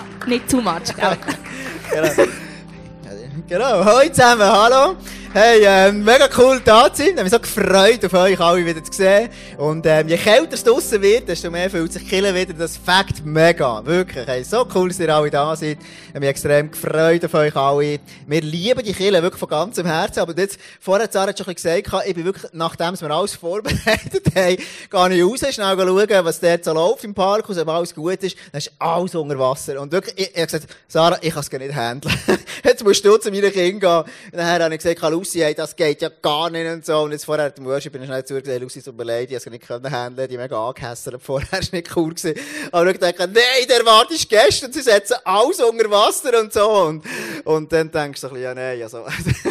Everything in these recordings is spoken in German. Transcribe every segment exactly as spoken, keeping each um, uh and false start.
Nicht too much, gell? Genau. Genau. Hallo zusammen, hallo. Hey, ähm, mega cool da zu sein. Ich habe mich so gefreut, auf euch alle wieder zu sehen. Und ähm, je kälter es draussen wird, desto mehr fühlt sich Kirche wieder. Das Fakt mega. Wirklich. Hey, so cool, dass ihr alle da seid. Ich habe mich extrem gefreut auf euch alle. Wir lieben die Kirche wirklich von ganzem Herzen. Aber jetzt, vorher hat Sarah schon ein bisschen gesagt, ich bin wirklich, nachdem wir alles vorbereitet haben, gehe ich raus, schnell schauen, was dort so läuft im Parkhaus, ob alles gut ist. Dann ist alles unter Wasser. Und wirklich, ich, ich habe gesagt, Sarah, ich kann es gar nicht handeln. Jetzt musst du zu meinen Kindern gehen. Und dann habe ich gesagt, Lucy, hey, das geht ja gar nicht und so. Und jetzt vorher hat der Worship, bin ich schnell zugesehen, Lucy, tut mir leid, ich konnte es nicht handeln, die mega angehässert. Vorher war es nicht cool gewesen. Aber ich dachte, nein, der erwartest Gäste und sie setzen alles unter Wasser und so. Und, und dann denkst du so ein bisschen, ja, nein, also.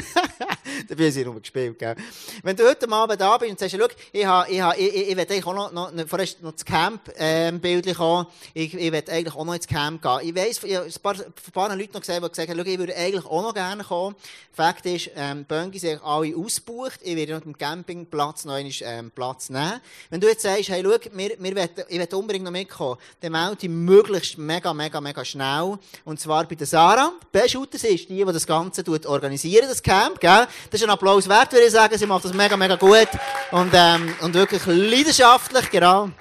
Da bin ich rumgespielt, gell. Wenn du heute Abend da bist und sagst, schau, ich habe, ich habe, ich, ich, ich will eigentlich auch noch, noch, vorerst noch das Camp, ähm, bildlich kommen. Ich, ich will eigentlich auch noch ins Camp gehen. Ich weiss, ich habe ein paar, ein paar Leute noch gesehen, die gesagt haben, schau, ich würde eigentlich auch noch gerne kommen. Fakt ist, ähm, Böngi sind alle ausgebucht. Ich werde noch am Campingplatz noch einen, ähm, Platz nehmen. Wenn du jetzt sagst, hey, schau, wir, wir wollen, ich will unbedingt noch mitkommen, dann melde dich möglichst mega, mega, mega schnell. Und zwar bei der Sarah. Die Beshooter ist die, die das Ganze organisieren, das Camp, gell. Das ist ein Applaus wert, würde ich sagen. Sie macht das mega, mega gut. Und, ähm, und wirklich leidenschaftlich, genau.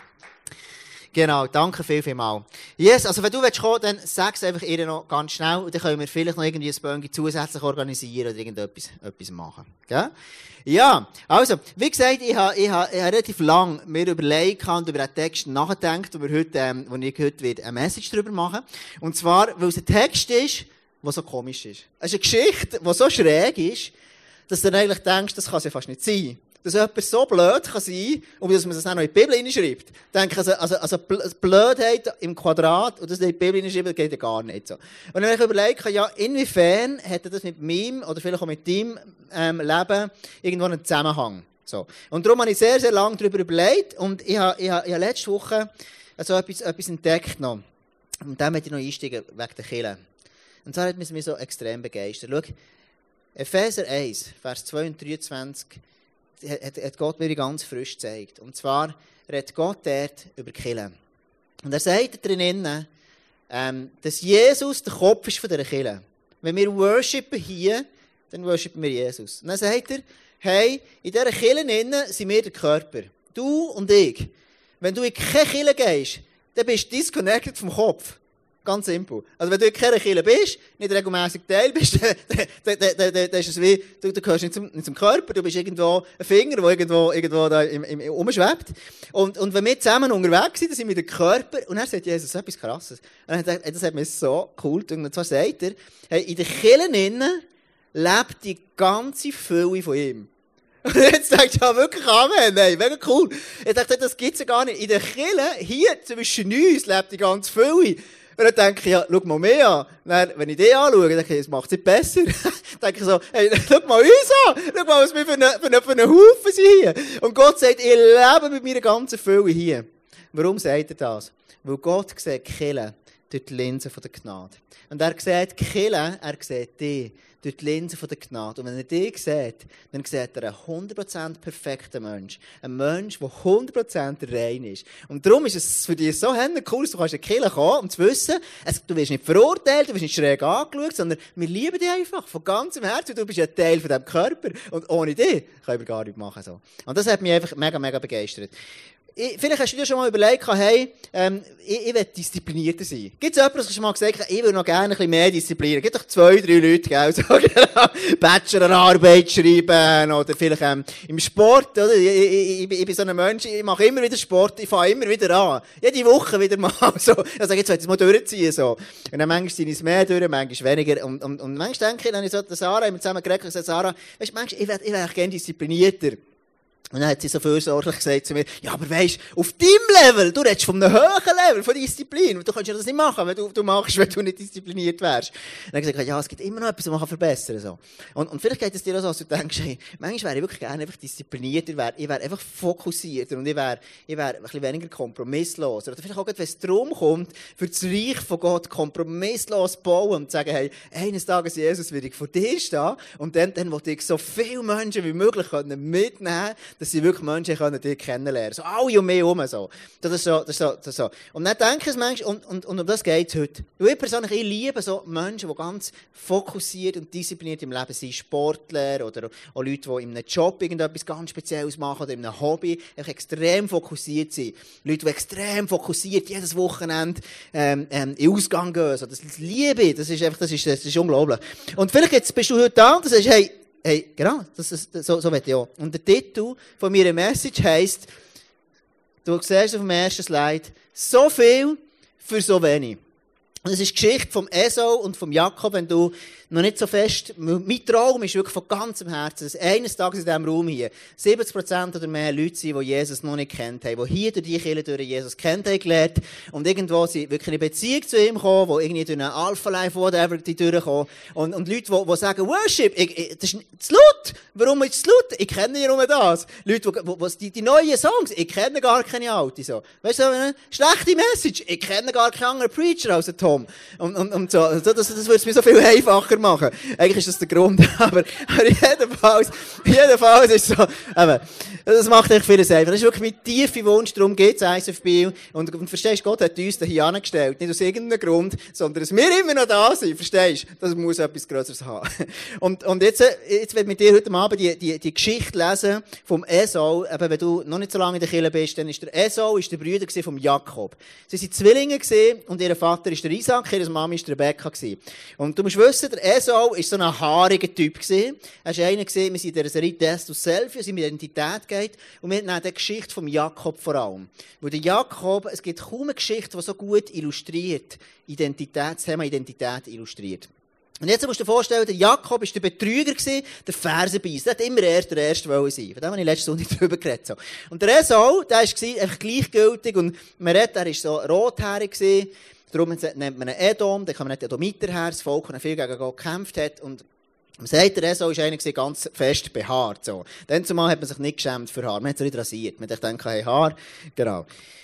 Genau, danke viel, viel mal. Yes, also wenn du willst kommen, dann sag es einfach ihr noch ganz schnell. Und dann können wir vielleicht noch irgendwie ein Böngi zusätzlich organisieren oder irgendetwas etwas machen. Gell? Ja, also, wie gesagt, ich habe, ich habe, ich habe relativ lang mir überlegt und über den Text nachgedacht, wo, wir heute, ähm, wo ich heute wieder eine Message darüber machen. Und zwar, weil es ein Text ist, der so komisch ist. Es ist eine Geschichte, die so schräg ist, dass du dann eigentlich denkst, das kann es ja fast nicht sein. Dass jemand so blöd kann sein, und dass man das auch noch in die Bibel hineinschreibt. Denke, also, also, also Blödheit im Quadrat, und das in die Bibel hineinschreiben, das geht ja gar nicht so. Und dann habe ich überlegt, ja, inwiefern hätte das mit meinem, oder vielleicht auch mit deinem, ähm, Leben irgendwo einen Zusammenhang. So. Und darum habe ich sehr, sehr lange darüber überlegt, und ich habe, ich habe, ich habe letzte Woche also etwas, etwas entdeckt noch. Und dann möchte ich noch einsteigen, wegen der Kirche. Und zwar hat mich so extrem begeistert. Schau, Epheser eins, Vers zwei und dreiundzwanzig, hat, hat Gott mir ganz frisch gezeigt. Und zwar redet Gott dort über die Kirche. Und er sagt drinnen, ähm, dass Jesus der Kopf ist von dieser Kirche. Wenn wir worshipen hier, dann worshipen wir Jesus. Und dann sagt er, hey, in dieser Kirche sind wir der Körper. Du und ich. Wenn du in keine Kirche gehst, dann bist du disconnected vom Kopf. Ganz simpel. Also wenn du in keiner Kirche bist, nicht regelmässig Teil bist, dann, dann, dann, dann, dann ist es wie, du, du gehörst nicht zum, nicht zum Körper, du bist irgendwo ein Finger, der irgendwo, irgendwo da im, im, im umschwebt. Und, und wenn wir zusammen unterwegs sind, dann sind wir der Körper. Und dann sagt Jesus etwas Krasses. Und dann sagt er, das hat mir so cool gedacht. Und zwar sagt er, hey, in den Kirchen innen lebt die ganze Fülle von ihm. Und jetzt denkt ich, ja wirklich Amen, hey, mega cool. Ich dachte, das gibt's ja gar nicht. In den Kirchen, hier zwischen uns, lebt die ganze Fülle. Und dann denke ich, ja, schau mal mehr an. Dann, wenn ich die anschaue, denke ich, das macht es nicht besser. Dann denke ich so, hey, schau mal uns an. Schau mal, was wir für einen für eine, für eine Haufen sind hier. Und Gott sagt, ich lebe mit meiner ganzen Fülle hier. Warum sagt er das? Weil Gott sieht die Kirche durch die Linse der Gnade. Und er sieht die Kirche, er sieht dich durch die Linse der Gnade. Und wenn er dich sieht, dann sieht er einen hundert Prozent perfekten Mensch. Ein Mensch, der hundert Prozent rein ist. Und darum ist es für dich so cool, dass du kannst in die Kirche kommen, um zu wissen, es, du wirst nicht verurteilt, du wirst nicht schräg angeschaut, sondern wir lieben dich einfach von ganzem Herzen. Du bist ein Teil von diesem Körper. Und ohne dich können wir gar nichts machen. So. Und das hat mich einfach mega, mega begeistert. Ich, vielleicht hast du dir schon mal überlegt, hey, ähm, ich, ich will disziplinierter sein. Gibt es jemanden, der schon mal gesagt hat, ich will noch gerne ein bisschen mehr disziplinieren? Gibt doch zwei, drei Leute, gell, so, genau, Bachelorarbeit schreiben, oder vielleicht, ähm, im Sport, oder? Ich, ich, ich, ich bin so ein Mensch, ich mache immer wieder Sport, ich fange immer wieder an. Jede Woche wieder mal, so. Ich sage, jetzt will ich es mal durchziehen, so. Und dann manchmal ziehe ich es mehr durch, manchmal weniger. Und, und, und manchmal denke ich, dann habe ich so, der Sarah, immer zusammen geredet, und gesagt, Sarah, weißt du, manchmal, ich wäre, ich wäre gerne disziplinierter. Und dann hat sie so fürsorglich gesagt zu mir, ja, aber weisst, auf deinem Level, du redest von einem hohen Level von Disziplin, und du kannst ja das nicht machen, wenn du, du machst, wenn du nicht diszipliniert wärst. Und dann habe ich gesagt, ja, es gibt immer noch etwas, was man verbessern kann, so. Und, und vielleicht geht es dir auch so, dass du denkst, hey, manchmal wäre ich wirklich gerne einfach disziplinierter, wär, ich wäre einfach fokussierter, und ich wäre, ich wäre ein bisschen weniger kompromissloser. Oder vielleicht auch, wenn es darum kommt, für das Reich von Gott kompromisslos zu bauen und zu sagen, hey, eines Tages, Jesus, will ich vor dir stehen, und dann, dann will ich so viele Menschen wie möglich mitnehmen, dass sie wirklich Menschen können, die kennenlernen. So alle um mich herum. So. Das ist so, das ist so, das ist so. Und dann denke ich manchmal, und, und, und um das geht es heute. Ich persönlich, ich liebe so Menschen, die ganz fokussiert und diszipliniert im Leben sind. Sportler oder auch Leute, die in einem Job irgendetwas ganz Spezielles machen oder in einem Hobby, einfach extrem fokussiert sind. Leute, die extrem fokussiert jedes Wochenende ähm, ähm, in Ausgang gehen. So, das liebe ich. Das ist einfach, das ist, das ist unglaublich. Und vielleicht jetzt bist du heute da und du sagst, hey, hey, genau, das ist, so, so will ich auch. Und der Titel von meiner Message heisst, du siehst auf dem ersten Slide, so viel für so wenig. Und das ist die Geschichte vom Esau und vom Jakob, wenn du noch nicht so fest, mein Traum ist wirklich von ganzem Herzen, dass eines Tages in diesem Raum hier siebzig Prozent oder mehr Leute sind, die Jesus noch nicht kennt haben, die hier durch die Kirche durch Jesus kennt haben gelernt und irgendwo sind wirklich in eine Beziehung zu ihm gekommen, die irgendwie durch einen Alpha-Life, whatever, die durchkommen. Und, und Leute, die, die sagen, Worship, ich, ich, das ist zu laut. Warum ist es zu laut? Ich kenne ja nur das. Leute, die, die, die, die neuen Songs, ich kenne gar keine alten. So. Weißt du, eine schlechte Message, ich kenne gar keinen anderen Preacher als Tom. Und, und, und so. Das, das würde es mir so viel einfacher machen. Eigentlich ist das der Grund. Aber, aber jedenfalls, jedenfalls ist es so, eben, das macht echt vieles einfach. Das ist wirklich mein tiefer Wunsch, darum geht es I C F Biel. Und, und verstehst, Gott hat uns hier angestellt. Nicht aus irgendeinem Grund, sondern dass wir immer noch da sind. Verstehst? Das muss etwas Größeres haben. Und, und jetzt, jetzt werde ich mit dir heute Abend die, die, die Geschichte lesen vom Esau. Eben, wenn du noch nicht so lange in der Kirche bist, dann ist der Esau ist der Bruder vom Jakob. Sie waren Zwillinge und ihr Vater ist der Isaac, ihre Mama ist Rebekka. Und du musst wissen, der Esau war so ein haariger Typ. Er war einer, wir sind in dieser Serie Death to Self, wo es um Identität geht. Und wir haben die Geschichte vom Jakob vor allem. Weil der Jakob, es gibt kaum eine Geschichte, die so gut illustriert, Identität, das Thema Identität illustriert. Und jetzt musst du dir vorstellen, der Jakob war der Betrüger, der Fersenbeiss. Der hat immer erst der Erste sein. Von dem habe ich letzte Sonntag drüber geredet. So. Und der Esau, der war einfach gleichgültig. Und man redet, er war so rothaarig. Darum nennt man ihn Edom. Da kann man nicht Edomiter her, das Volk, das viel gegen Gott gekämpft hat. Und man sagt, der Esau war einer ganz fest behaart. So. Dann zumal hat man sich nicht geschämt für Haar. Man hat sich nicht rasiert. Man dachte, hey, Haar. Genau.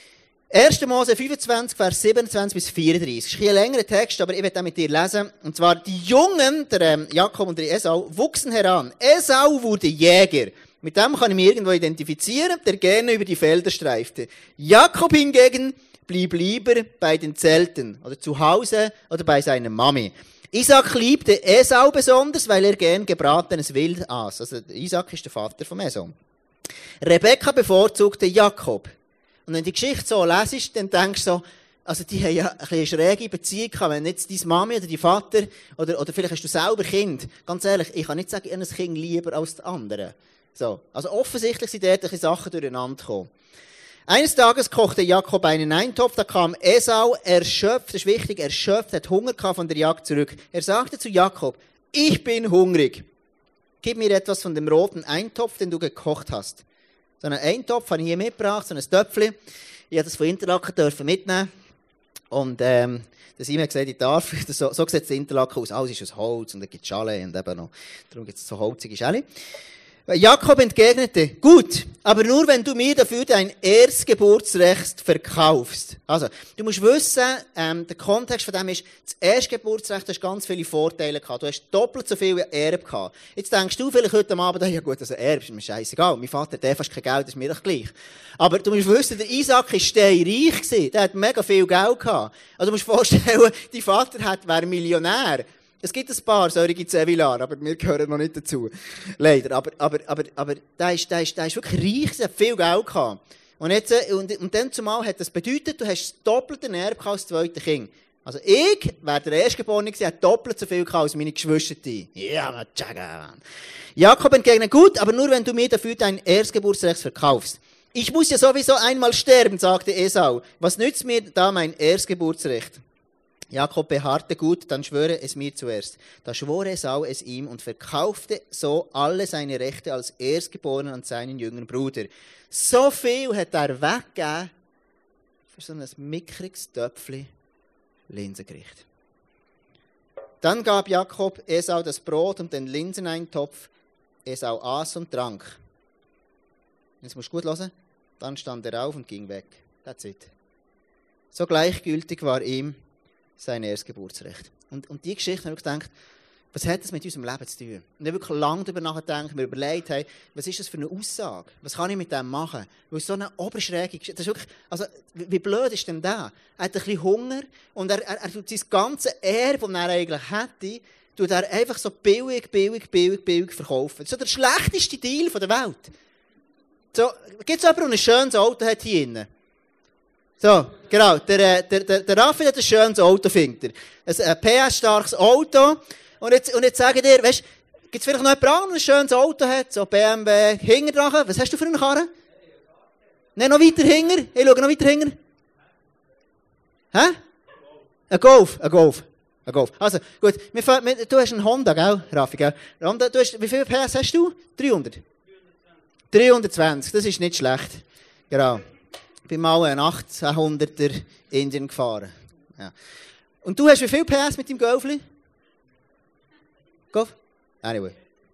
erster Mose fünfundzwanzig, Vers siebenundzwanzig bis vierunddreißig. Das ist ein längerer Text, aber ich werde den mit dir lesen. Und zwar, die Jungen, der ähm, Jakob und der Esau, wuchsen heran. Esau wurde Jäger. Mit dem kann ich mich irgendwo identifizieren, der gerne über die Felder streifte. Jakob hingegen blieb lieber bei den Zelten oder zu Hause oder bei seiner Mami. Isaac liebte Esau besonders, weil er gern gebratenes Wild aß. Also Isaac ist der Vater von Esau. Rebekka bevorzugte Jakob. Und wenn du die Geschichte so lesest, dann denkst du so, also die haben ja eine schräge Beziehung gehabt. Wenn jetzt deine Mami oder dein Vater, oder, oder vielleicht hast du selber Kind. Ganz ehrlich, ich kann nicht sagen, ich habe ein Kind lieber als die anderen. So. Also offensichtlich sind dort Sachen durcheinander gekommen. Eines Tages kochte Jakob einen Eintopf, da kam Esau erschöpft, das ist wichtig, erschöpft, hat Hunger gehabt von der Jagd zurück. Er sagte zu Jakob, ich bin hungrig. Gib mir etwas von dem roten Eintopf, den du gekocht hast. So einen Eintopf habe ich hier mitgebracht, so ein Töpfchen. Ich durfte das von Interlaken dürfen mitnehmen. Und ähm, der Simon hat gesagt, ich darf. So, so sieht das Interlaken aus. Alles ist aus Holz und da gibt es Schale und eben noch. Darum gibt es so holzige Schale. Jakob entgegnete, gut, aber nur wenn du mir dafür dein Erstgeburtsrecht verkaufst. Also, du musst wissen, ähm, der Kontext von dem ist, das Erstgeburtsrecht hast ganz viele Vorteile gehabt. Du hast doppelt so viel Erbe gehabt. Jetzt denkst du vielleicht heute Abend, ja gut, also Erbe ist mir scheißegal. Mein Vater, der hat fast kein Geld, das ist mir doch gleich. Aber du musst wissen, der Isaac war steinreich gewesen. Der hat mega viel Geld gehabt. Also du musst dir vorstellen, dein Vater hat, wäre Millionär. Es gibt ein paar solche Zevilar, aber wir gehören noch nicht dazu. Leider. Aber, aber, aber, aber der ist, der ist, der ist wirklich reich, der hat viel Geld gehabt. Und, jetzt, und, und dann zumal hat das bedeutet, du hast das doppelte Erbe gehabt als das zweite Kind. Also ich, wäre der Erstgeborene gewesen, hat doppelt so viel gehabt als meine Geschwister. Ja, man, tschagga. Jakob entgegnet, gut, aber nur wenn du mir dafür dein Erstgeburtsrecht verkaufst. Ich muss ja sowieso einmal sterben, sagte Esau. Was nützt mir da mein Erstgeburtsrecht? Jakob beharrte, gut, dann schwöre es mir zuerst. Da schwor Esau es ihm und verkaufte so alle seine Rechte als Erstgeborenen an seinen jüngeren Bruder. So viel hat er weggegeben für so ein mickriges Töpfchen Linsengericht. Dann gab Jakob Esau das Brot und den Linseneintopf. Esau aß und trank. Jetzt musst du gut hören. Dann stand er auf und ging weg. That's it. So gleichgültig war ihm sein Erstgeburtsrecht. Und, und die Geschichte habe ich gedacht, was hat das mit unserem Leben zu tun? Und ich habe wirklich lange darüber nachgedacht, mir überlegt, hey, was ist das für eine Aussage? Was kann ich mit dem machen? Weil es so eine oberschräge Geschichte, das ist wirklich, also, wie blöd ist denn der? Er hat ein bisschen Hunger und er, er, er tut sein ganzes Erbe, das er eigentlich hätte, tut er einfach so billig, billig, billig, billig verkaufen. Das ist so der schlechteste Deal der Welt. So, gibt es jemanden, der ein schönes Auto hat hier drin? So, genau. Der, der, der, der Raffi hat ein schönes Auto, findet er. Ein P S-starkes Auto. Und jetzt, und jetzt sage ich dir, weißt, gibt es vielleicht noch jemanden anderen, der ein schönes Auto hat? So B M W, hinten dran. Was hast du für eine Karre? Nein, noch weiter hinten. Ich schaue noch weiter hinten. Hä? Ein Golf. Ein Golf. Ein Golf. Also, gut. Du hast einen Honda, gell, Raffi, gell? Honda, du hast, wie viele P S hast du? dreihundert? dreihundertzwanzig. Das ist nicht schlecht. Genau. Ich bin mal einen achtzehnhunderter Indien gefahren. Ja. Und du hast wie viel P S mit deinem Golfli? Golf? Anyway.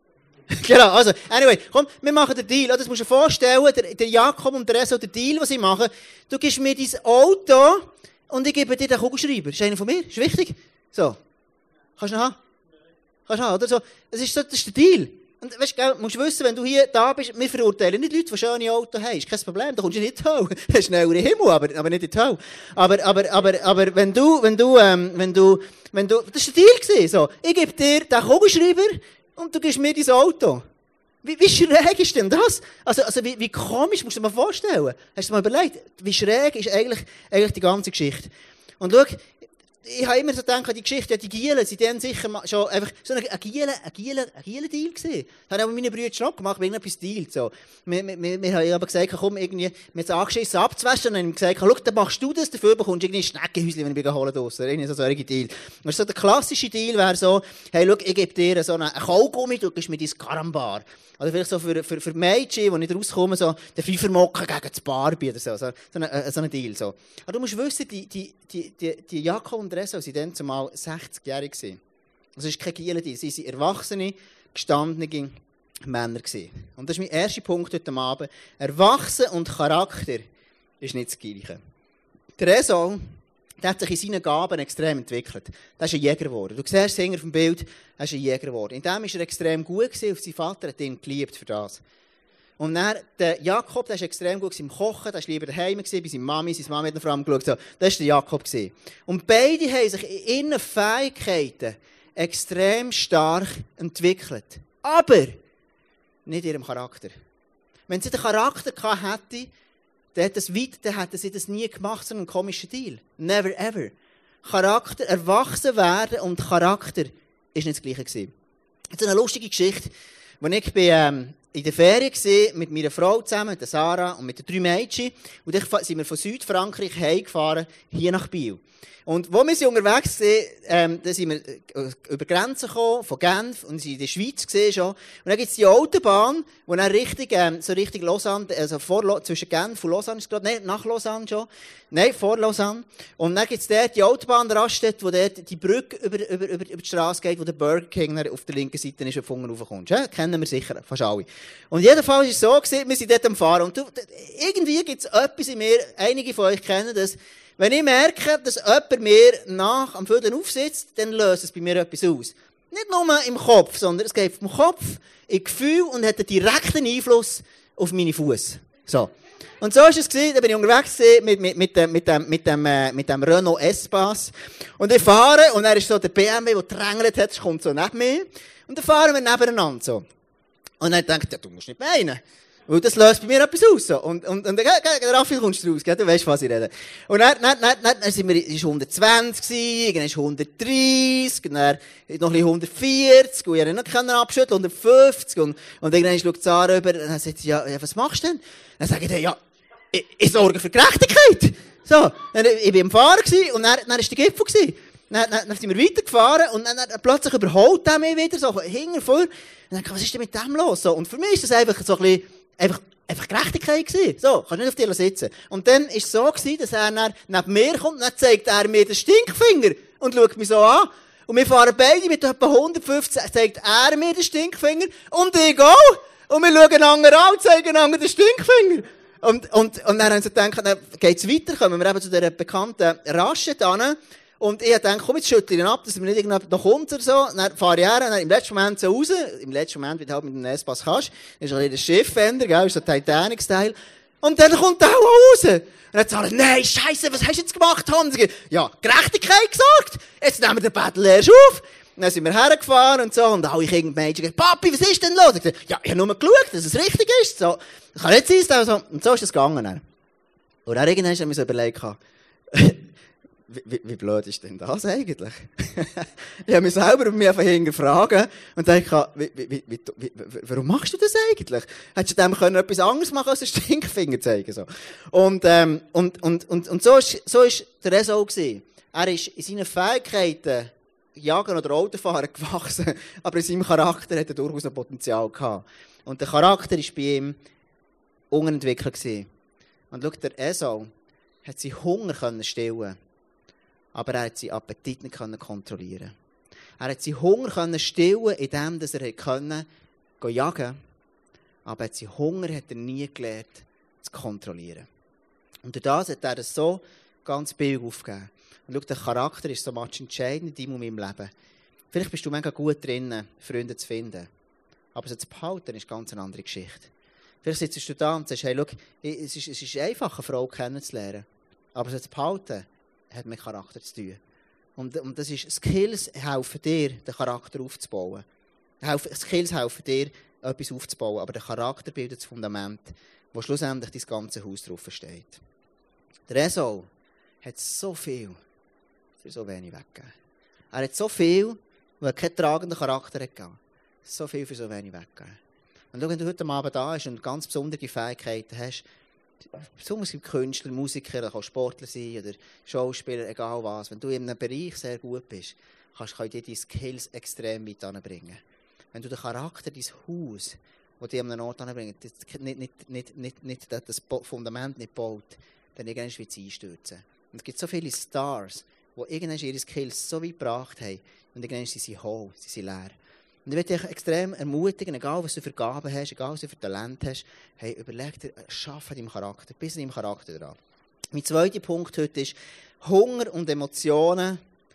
Genau, also, anyway, komm, wir machen den Deal. Das musst du dir vorstellen, der, der Jakob und der Reso, der Deal, was ich mache, du gibst mir dein Auto und ich gebe dir den Kugelschreiber. Das ist einer von mir, ist wichtig. So. Kannst du noch haben? Kannst du haben, oder so. Das ist, so, das ist der Deal. Und weißt du, musst wissen, wenn du hier da bist, wir verurteilen nicht Leute, die schöne Autos haben. Ist kein Problem, da kommst du nicht in die Hölle. Das ist schneller im Himmel, aber, aber nicht in die Hölle. Aber, aber, aber, aber wenn du, wenn du, ähm, wenn du, wenn du, das war der Deal gewesen, so. Ich gebe dir den Kugelschreiber und du gibst mir dein Auto. Wie, wie schräg ist denn das? Also, also wie, wie komisch, musst du dir mal vorstellen. Hast du dir mal überlegt, wie schräg ist eigentlich, eigentlich die ganze Geschichte? Und schau, ich habe immer so gedacht, die Geschichte, ja, die Gielen sind dann sicher schon einfach so ein Gielen, ein Gielen, ein Gielen-Deal gewesen. Das haben auch meine Brüder schon gemacht, wir haben irgendetwas Deal, so. Wir, wir, wir haben aber gesagt, komm, irgendwie, wir haben angeschissen abzuwaschen, und dann haben wir gesagt, schau, dann machst du das, dafür bekommst du irgendwie ein Schneckenhäuschen, wenn ich mich holen draussen. Irgendwie so ein Deal. Und so der klassische Deal wäre so, hey, schau, ich gebe dir so einen Kaugummi, du gibst mir dein Karambar. Oder vielleicht so für, für, für Mädchen, die nicht rauskommen, so den Fünfermocken gegen das Barbie oder so. So, so ein so Deal, so. Aber du musst wissen, die, die, die, die, die Jakob und Reso sind dann zumal sechzigjährig gewesen. Also es ist kein Gielen-Deal. Sie waren erwachsene, gestandene Männer gewesen. Und das ist mein erster Punkt heute Abend. Erwachsen und Charakter ist nicht das Gleiche. Der Reso, der hat sich in seinen Gaben extrem entwickelt. Der ist ein Jäger geworden. Du siehst es auf dem Bild, er ist ein Jäger geworden. In dem war er extrem gut gewesen, auf seinen Vater hat ihn geliebt für das. Und dann, der Jakob, der ist extrem gut im Kochen, der war lieber daheim gewesen, bei seiner Mami, seine Mami hat ihn vor allem geschaut. So, das war der Jakob gewesen. Und beide haben sich in ihren Fähigkeiten extrem stark entwickelt. Aber nicht in ihrem Charakter. Wenn sie den Charakter gehabt hätte, dann, hat das weit, dann hätten sie das nie gemacht, so einen komischen Deal. Never ever. Charakter, erwachsen werden und Charakter ist nicht das Gleiche gewesen. Jetzt eine lustige Geschichte, als ich bei, ähm, in der Ferien war, mit meiner Frau zusammen, mit der Sarah und mit den drei Mädchen. Und dann sind wir von Südfrankreich heimgefahren, hier nach Biel. Und wo wir sie unterwegs waren, ähm, da sind wir über Grenzen gekommen, von Genf, und sind in der Schweiz gesehen schon. Und dann gibt es die Autobahn, wo dann richtig, ähm, so richtig Lausanne, also vor, zwischen Genf und Lausanne ist gerade, nein, nach Lausanne schon. Nein, vor Lausanne. Und dann gibt es dort die Autobahnraststätte, wo dort die Brücke über, über, über, über die Straße geht, wo der Burger King auf der linken Seite ist, wo du raufkommst. Ja, kennen wir sicher, fast alle. Und jedenfalls ist es so gewesen, wir sind dort am Fahren. Und du, irgendwie gibt es etwas in mir, einige von euch kennen das. Wenn ich merke, dass jemand mir nach am Viertel aufsitzt, dann löst es bei mir etwas aus. Nicht nur im Kopf, sondern es geht vom Kopf in Gefühl und hat einen direkten Einfluss auf meine Fuß. So. Und so war es gewesen, da bin ich unterwegs mit, mit, mit, dem, mit, dem, mit, dem, äh, mit dem Renault S-Pass. Und ich fahre, und er ist so der B M W, der gedrängelt hat, kommt so neben mir. Und dann fahren wir nebeneinander so. Und dann denke ich, ja, du musst nicht meinen. Weil das löst bei mir etwas aus. So. Und, und, und dann, Raffi, kommst du raus, gell? Du weißt, was ich rede. Und dann, dann, dann, dann, dann sind wir, es war hundertzwanzig gewesen, dann ist hundertdreissig, dann noch ein bisschen hundertvierzig, und ich habe noch keinen abschütteln, hundertfünfzig, und, und irgendwann schaut Sarah rüber, und dann sagt sie, ja, ja, was machst du denn? Dann sage ich, ja, ich, ich sorge für Gerechtigkeit. So. Dann, ich war am Fahren gewesen, und dann, dann war der Gipfel gewesen. Dann, dann, dann sind wir weitergefahren, und dann, dann plötzlich überholt er mich wieder, so, hinten vor. Und dann dachte ich, was ist denn mit dem los? So. Und für mich ist das einfach so ein bisschen, Einfach, einfach Gerechtigkeit gewesen. So, kannst nicht auf dir sitzen. Und dann war es so gewesen, dass er dann neben mir kommt, und dann zeigt er mir den Stinkfinger und schaut mich so an. Und wir fahren beide mit etwa hundertfünfzig, zeigt er mir den Stinkfinger und ich auch. Und wir schauen einander an und zeigen einander den Stinkfinger. Und, und, und dann haben sie gedacht, dann geht's weiter, kommen wir eben zu dieser bekannten Raststätte hin. Und ich dachte, komm, jetzt schüttle ihn ab, dass er mir nicht irgendjemand noch kommt oder so. Dann fahre ich her, dann im letzten Moment so raus. Im letzten Moment, wie du halt mit dem S-Pass kannst. Dann ist ein bisschen der Schiffwender, gell, ist so Titanic-Style. Und dann kommt der auch raus. Und dann sagt er, nein, Scheiße, was hast du jetzt gemacht, Hans? Ja, Gerechtigkeit gesagt. Jetzt nehmen wir den Battle erst auf. Und dann sind wir hergefahren und so. Und alle Kindermädchen gesagt, Papi, was ist denn los? Ich gesagt, ja, ich habe nur geschaut, dass es richtig ist. So, das kann nicht sein. So. Und so ist es gegangen. Und dann irgendwann habe ich mir so überlegt, Wie, wie, wie blöd ist denn das eigentlich? Ich habe mich selber mir einfach hinterfragen und denke, wie, wie, wie, wie, warum machst du das eigentlich? Hättest du dem können etwas anderes machen als einen Stinkfinger zeigen so. Und, ähm, und, und, und, und so ist, so ist der Rezo gewesen. Er ist in seinen Fähigkeiten, Jagen oder Autofahren, gewachsen, aber in seinem Charakter hat er durchaus noch Potenzial gehabt. Und der Charakter war bei ihm unentwickelt gewesen. Und schau, der Esau hat seinen Hunger können stillen. Aber er hat seinen Appetit nicht kontrollieren. Er hat seinen Hunger stillen, indem er jagen konnte. Aber seinen Hunger hat er nie gelernt zu kontrollieren. Und durch das hat er das so ganz billig aufgegeben. Und schau, der Charakter ist so much entscheidend in deinem und meinem Leben. Vielleicht bist du mega gut drin, Freunde zu finden. Aber so zu behalten ist ganz eine andere Geschichte. Vielleicht sitzt du da und sagst, hey, schau, es ist, es ist einfach, eine Frau kennenzulernen. Aber so zu behalten hat mit Charakter zu tun. Und, und das ist, Skills helfen dir, den Charakter aufzubauen. Skills helfen dir, etwas aufzubauen. Aber der Charakter bildet das Fundament, wo schlussendlich dein ganze Haus drauf steht. Der Esau hat so viel für so wenig weggegeben. Er hat so viel, weil er keinen tragenden Charakter hatte. So viel für so wenig weggegeben. Und schau, wenn du heute Abend da bist und ganz besondere Fähigkeiten hast, besonders Künstler, Musiker, auch Sportler sein oder Schauspieler, egal was. Wenn du in einem Bereich sehr gut bist, kannst du dir deine Skills extrem weit anbringen. Wenn du den Charakter, dein Haus, das dich an einem Ort anbringt, nicht, nicht, nicht, nicht, nicht das Fundament nicht baut, dann irgendwann wird es einstürzen. Und es gibt so viele Stars, die irgendwann ihre Skills so weit gebracht haben und irgendwann sind sie hohl, sie sind leer. Und ich möchte dich extrem ermutigen, egal was du für Gaben hast, egal was du für Talent hast, hey, überleg dir, schaff an deinem Charakter, bis an deinem Charakter dran. Mein zweiter Punkt heute ist, Hunger und Emotionen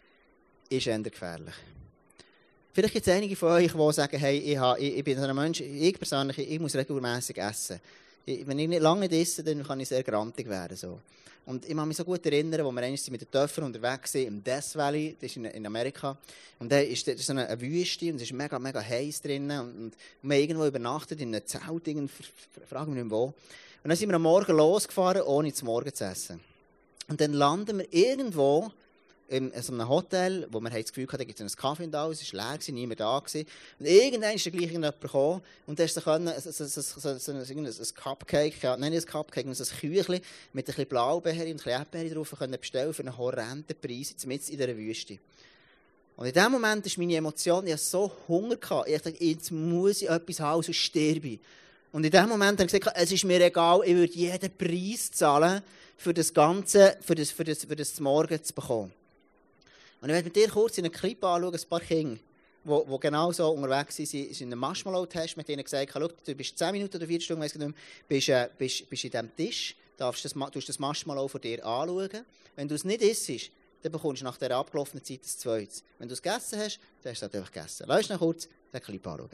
ist eher gefährlich. Vielleicht gibt es einige von euch, die sagen, hey, ich, habe, ich, ich bin ein Mensch, ich persönlich, ich muss regelmäßig essen. Ich, wenn ich nicht lange nicht esse, dann kann ich sehr grantig werden. So. Und ich kann mich so gut erinnern, als wir einmal mit den Töpfern unterwegs waren, im Death Valley, das ist in, in Amerika. Und da ist so eine, eine Wüste und es ist mega, mega heiß drinnen. Und, und wir haben irgendwo übernachtet in einem Zelt, frage mich nicht wo. Und dann sind wir am Morgen losgefahren, ohne zu Morgen zu essen. Und dann landen wir irgendwo in so einem Hotel, wo wir das Gefühl hatten, da gibt es einen Kaffee und alles, es war leer, niemand da gewesen. Und irgendwann ist dann gleich jemand gekommen und da ist so ein, so, so, so, so, so, so ein Cupcake, ja, nein, nicht ein Cupcake, sondern so ein Küchlein mit ein bisschen Blaubeeren und ein bisschen Erdbeeren drauf können bestellen für einen horrenden Preis, mitten in dieser Wüste. Und in dem Moment ist meine Emotion, ich hatte so Hunger gehabt, ich dachte, jetzt muss ich etwas haben, sonst sterbe ich. Und in dem Moment habe ich gesagt, es ist mir egal, ich würde jeden Preis zahlen, für das Ganze, für das, für das, für das Morgen zu bekommen. Und ich werde mit dir kurz in einen Clip anschauen, ein paar Kinder, die, die genau so unterwegs sind. Sie sind in einem Marshmallow-Test mit ihnen gesagt, schau, du bist zehn Minuten oder vier Stunden, weiss ich nicht mehr, bist, äh, bist, bist in diesem Tisch, darfst das, du das Marshmallow von dir anschauen. Wenn du es nicht isst, dann bekommst du nach dieser abgelaufenen Zeit das Zweites. Wenn du es gegessen hast, dann hast du es einfach gegessen. Lass uns noch kurz den Clip anschauen.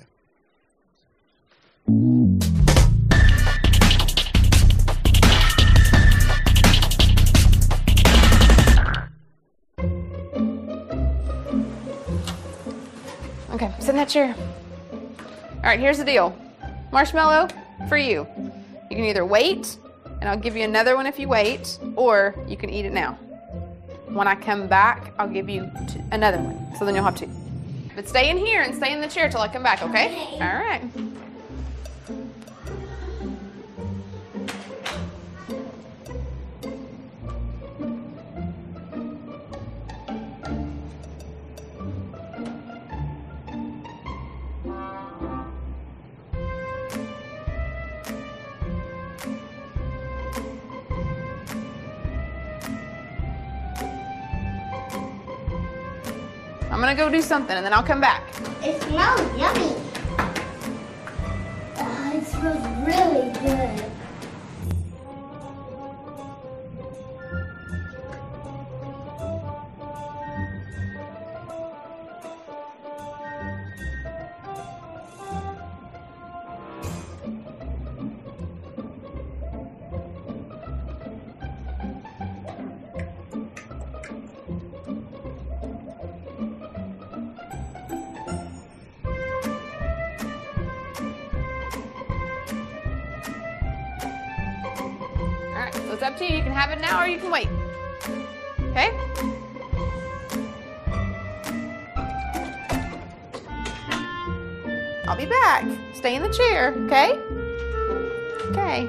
Okay, sit in that chair. All right, here's the deal. Marshmallow for you. You can either wait, and I'll give you another one if you wait, or you can eat it now. When I come back, I'll give you two, another one, so then you'll have two. But stay in here and stay in the chair till I come back, okay? Okay. All right. I'm gonna go do something and then I'll come back. It smells yummy. Oh, it smells really good. it's up to you. You can have it now or you can wait. Okay? I'll be back. Stay in the chair, okay? Okay.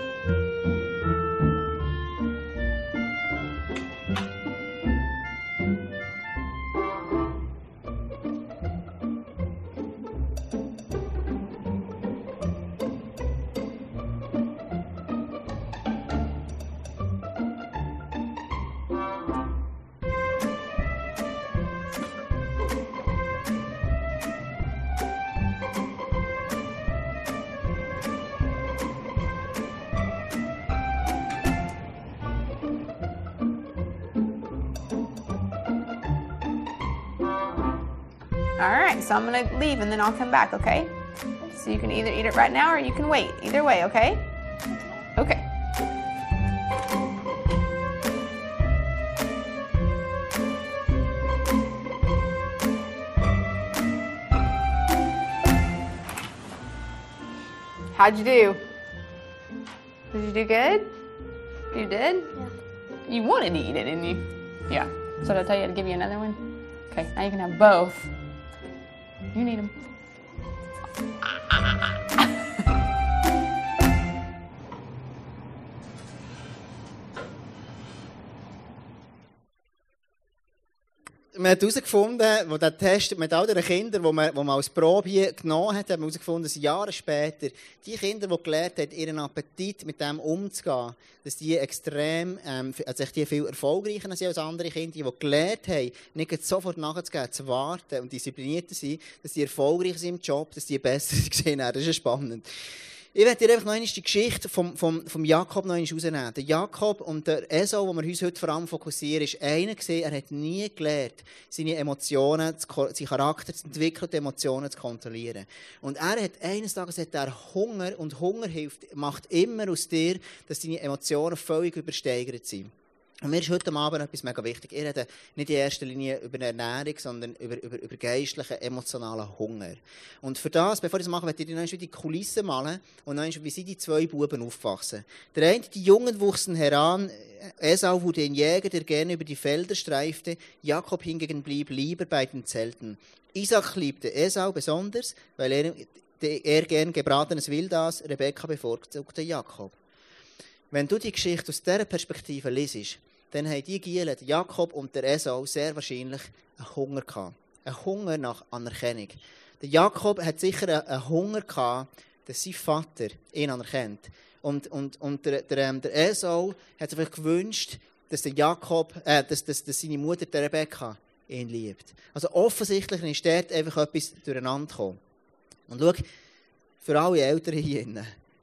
All right, so I'm gonna leave and then I'll come back, okay? So you can either eat it right now or you can wait. Either way, okay? Okay. How'd you do? Did you do good? You did? Yeah. You wanted to eat it, didn't you? Yeah. So did I tell you to give you another one? Okay, now you can have both. You need them. Man hat herausgefunden, wo der Test mit all den Kindern, die man, die man als Probe hier genommen hat, hat man herausgefunden, dass Jahre später die Kinder, die gelernt haben, ihren Appetit mit dem umzugehen, dass die extrem, ähm, also die viel erfolgreicher sind als andere Kinder, die, die gelernt haben, nicht sofort nachzugeben, zu warten und disziplinierter sind, dass die erfolgreicher sind im Job, dass die besser sind. Das ist spannend. Ich werde dir einfach noch einmal die Geschichte vom, vom, vom Jakob noch einmal rausnehmen. Der Jakob und der Esau, wo wir uns heute vor allem fokussieren, ist einer gewesen, er hat nie gelernt, seine Emotionen, seinen Charakter zu entwickeln und die Emotionen zu kontrollieren. Und er hat eines Tages hat er Hunger, und Hunger hilft, macht immer aus dir, dass deine Emotionen völlig übersteigert sind. Und mir ist heute Abend etwas mega wichtig. Ich rede nicht in erster Linie über Ernährung, sondern über, über, über geistlichen, emotionalen Hunger. Und für das, bevor ich das mache, möchte ich dir noch einmal die Kulissen malen und noch einmal, wie sind die zwei Buben aufgewachsen. Der eine, die Jungen wuchsen heran, Esau wurde ein Jäger, der gerne über die Felder streifte, Jakob hingegen blieb lieber bei den Zelten. Isaac liebte Esau besonders, weil er, er gern gebratenes Wild aß, Rebekka bevorzugte Jakob. Wenn du die Geschichte aus dieser Perspektive liest, dann haben die Gielen, Jakob und der Esau, sehr wahrscheinlich einen Hunger gehabt. Einen Hunger nach Anerkennung. Der Jakob hat sicher einen Hunger gehabt, dass sein Vater ihn anerkennt. Und, und, und der, der, der Esau hat sich gewünscht, dass, der Jakob, äh, dass, dass, dass seine Mutter, der Rebekka, ihn liebt. Also offensichtlich ist dort einfach etwas durcheinander gekommen. Und schau, für alle Eltern hier drin,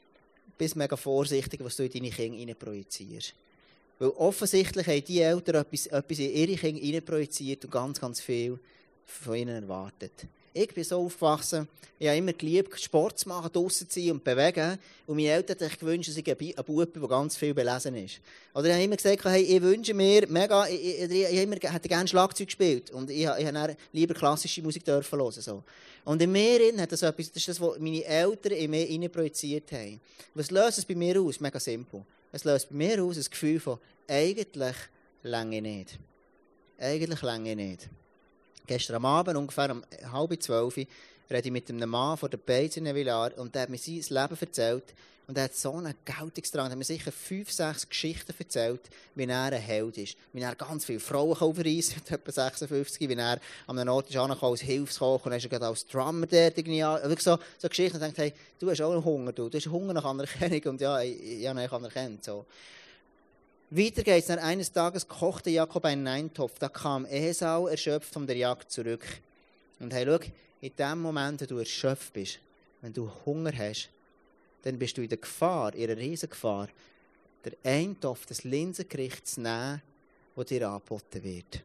bist mega vorsichtig, was du in deine Kinder hineinprojizierst. Weil offensichtlich haben die Eltern etwas, etwas in ihre Kinder hineinprojiziert und ganz, ganz viel von ihnen erwartet. Ich bin so aufgewachsen, ich habe immer geliebt, Sport zu machen, draussen zu sein und zu bewegen. Und meine Eltern haben sich gewünscht, dass ich ein Bub bin, der ganz viel belesen ist. Oder ich habe immer gesagt, hey, ich wünsche mir mega, ich, ich, ich, ich immer, hätte gerne Schlagzeug gespielt. Und ich, ich habe lieber klassische Musik dürfen hören. So. Und in mir hat das etwas, das ist das, was meine Eltern in mir hinein projiziert haben. Was löst es bei mir aus? Mega simpel. Es löst bei mir aus das Gefühl von, eigentlich lange nicht. Eigentlich lange nicht. Gestern am Abend, ungefähr um halb zwölf, rede ich mit einem Mann von der Beiz in Villar und der hat mir sein Leben erzählt. Und er hat so einen Geltungsdrang. Er hat mir sicher fünf, sechs Geschichten erzählt, wie er ein Held ist. Wie er ganz viele Frauen verreisen mit etwa sechsundfünfzig, wie er an einem Ort ist angekommen als Hilfskoch und er ist gerade als Drummer dort irgendwie an. Wirklich so, so Geschichten. Und ich dachte, hey, du hast auch einen Hunger, du. Du hast Hunger nach Anerkennung und ja, ich, ich habe ihn anerkannt. So. Weiter geht's. Eines Tages kochte Jakob einen Eintopf. Da kam Esau erschöpft von der Jagd zurück. Und hey, schau, in dem Moment, wenn du erschöpft bist, wenn du Hunger hast, dann bist du in der Gefahr, in einer riesen Gefahr, den Eintopf des Linsengerichts zu nehmen, der dir angeboten wird.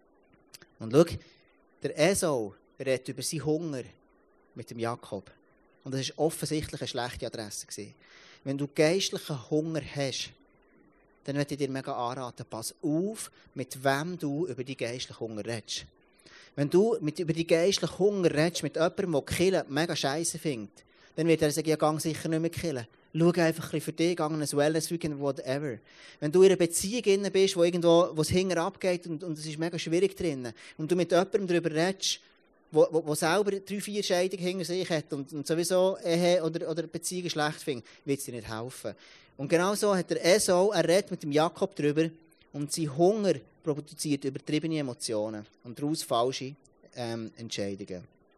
Und schau, der Esau redet über seinen Hunger mit dem Jakob. Und das war offensichtlich eine schlechte Adresse. Wenn du geistlichen Hunger hast, dann möchte ich dir mega anraten, pass auf, mit wem du über die geistlichen Hunger redest. Wenn du mit, über die geistlichen Hunger redest mit jemandem, der Killen mega scheisse findet, dann wird er sagen, ja, gang sicher nicht mehr killen. schau einfach ein bisschen für dich, geh an ein Wellness-Weekend, whatever. Wenn du in einer Beziehung bist, wo irgendwo, wo es hinten abgeht und, und es ist mega schwierig drin, und du mit jemandem darüber redest, wo, wo, wo selber drei, vier Scheidungen hinter sich hat und, und sowieso Ehe oder, oder Beziehungen schlecht findet, wird es dir nicht helfen. Und genau so hat der Esau, er redet mit dem Jakob darüber und sein Hunger produziert übertriebene Emotionen und daraus falsche ähm, Entscheidungen.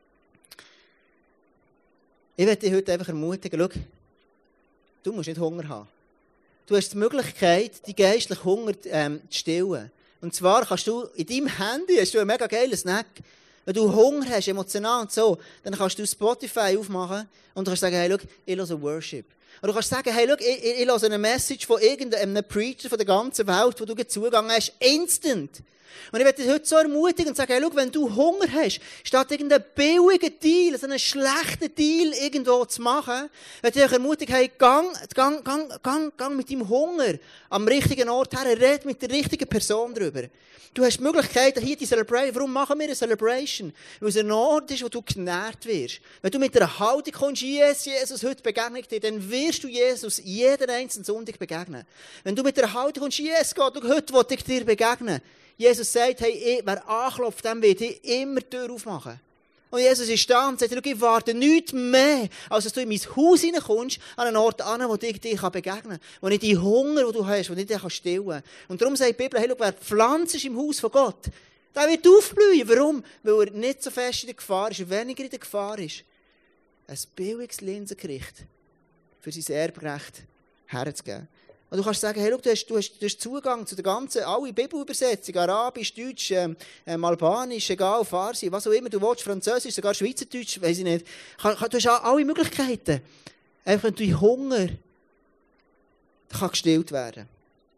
Ich möchte dich heute einfach ermutigen, schau, du musst nicht Hunger haben. Du hast die Möglichkeit, die geistlichen Hunger ähm, zu stillen. Und zwar kannst du, in deinem Handy hast du einen mega geilen Snack. Wenn du Hunger hast, emotional und so, dann kannst du Spotify aufmachen und du kannst sagen, hey, schau, ich höre Worship. Oder du kannst sagen, hey, schau, ich, ich, ich höre eine Message von irgendeinem Preacher von der ganzen Welt, wo du Zugang hast, instant. Und ich möchte dich heute so ermutigen und sagen, hey, schau, wenn du Hunger hast, statt irgendeinen billigen Deal, so einen schlechten Deal irgendwo zu machen, möchte ich dich ermutigen, hey, gang, gang, gang, gang, gang mit deinem Hunger am richtigen Ort her, red mit der richtigen Person darüber. Du hast die Möglichkeit, hier die Celebration, warum machen wir eine Celebration? Weil es ein Ort ist, wo du genährt wirst. Wenn du mit einer Haltung kommst, yes, Jesus, heute begegnet dir, dann wirst du Jesus jeden einzelnen Sonntag begegnen. Wenn du mit einer Haltung kommst, yes, Gott, heute will ich dir begegnen. Jesus sagt, hey, wer anklopft, dem wird ich immer die Tür aufmachen. Und Jesus ist da und sagt, ich warte nichts mehr, als dass du in mein Haus hineinkommst, an einen Ort an, wo ich dir begegnen kann. Wo ich die Hunger, den du hast, wo ich dich stillen kann. Und darum sagt die Bibel, hey, wer pflanzt im Haus von Gott, der wird aufblühen. Warum? Weil er nicht so fest in der Gefahr ist, weniger in der Gefahr ist, ein billiges Linsengericht für sein Erbrecht herzugeben. Und du kannst sagen, hey, schau, du, hast, du, hast, du hast Zugang zu der ganzen, alle Bibelübersetzungen, Arabisch, Deutsch, ähm, ähm, Albanisch, egal, Farsi, was auch immer du willst, Französisch, sogar Schweizerdeutsch, weiss ich nicht. Du hast alle Möglichkeiten. Einfach, wenn dein Hunger kann gestillt werden.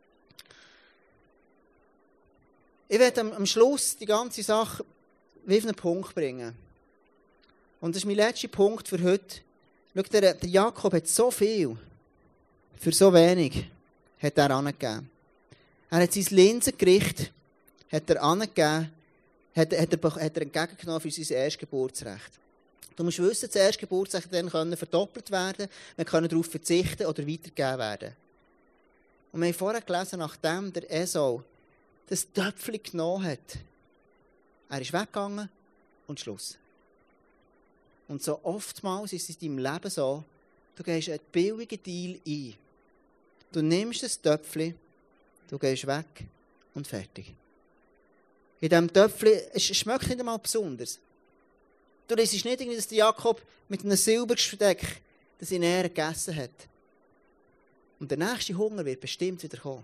Ich werde am, am Schluss die ganze Sache wie auf einen Punkt bringen. Und das ist mein letzter Punkt für heute. Schau, der, der Jakob hat so viel für so wenig. Hat er angegeben. Er hat sein Linsengericht hat er angegeben, hat, hat, er, hat er entgegengenommen für sein Erstgeburtsrecht. Du musst wissen, das Erstgeburtsrecht dann können verdoppelt werden, wir können darauf verzichten oder weitergegeben werden. Und wir haben vorher gelesen, nachdem der Esau das Töpfchen genommen hat, er ist weggegangen und Schluss. Und so oftmals ist es in deinem Leben so, du gehst einen billigen Deal ein. Du nimmst das Töpfchen, du gehst weg und fertig. In diesem Töpfchen, es schmeckt nicht einmal besonders. Du liest nicht irgendwie, dass der Jakob mit einem Silbergesteck das in Ehren gegessen hat. Und der nächste Hunger wird bestimmt wieder kommen.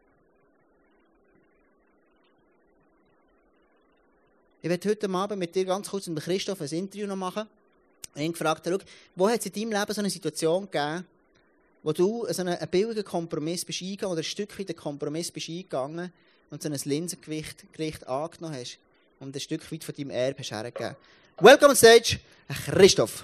Ich werde heute Abend mit dir ganz kurz mit Christoph ein Interview noch machen. Ich habe ihn gefragt, wo hat es in deinem Leben so eine Situation gegeben, wo du so einen, einen billigen Kompromiss bist eingegangen oder ein Stück weit einen Kompromiss bist eingegangen und so ein Linsengericht angenommen hast und ein Stück weit von deinem Erbe hast hergegeben. Welcome on stage, Christoph.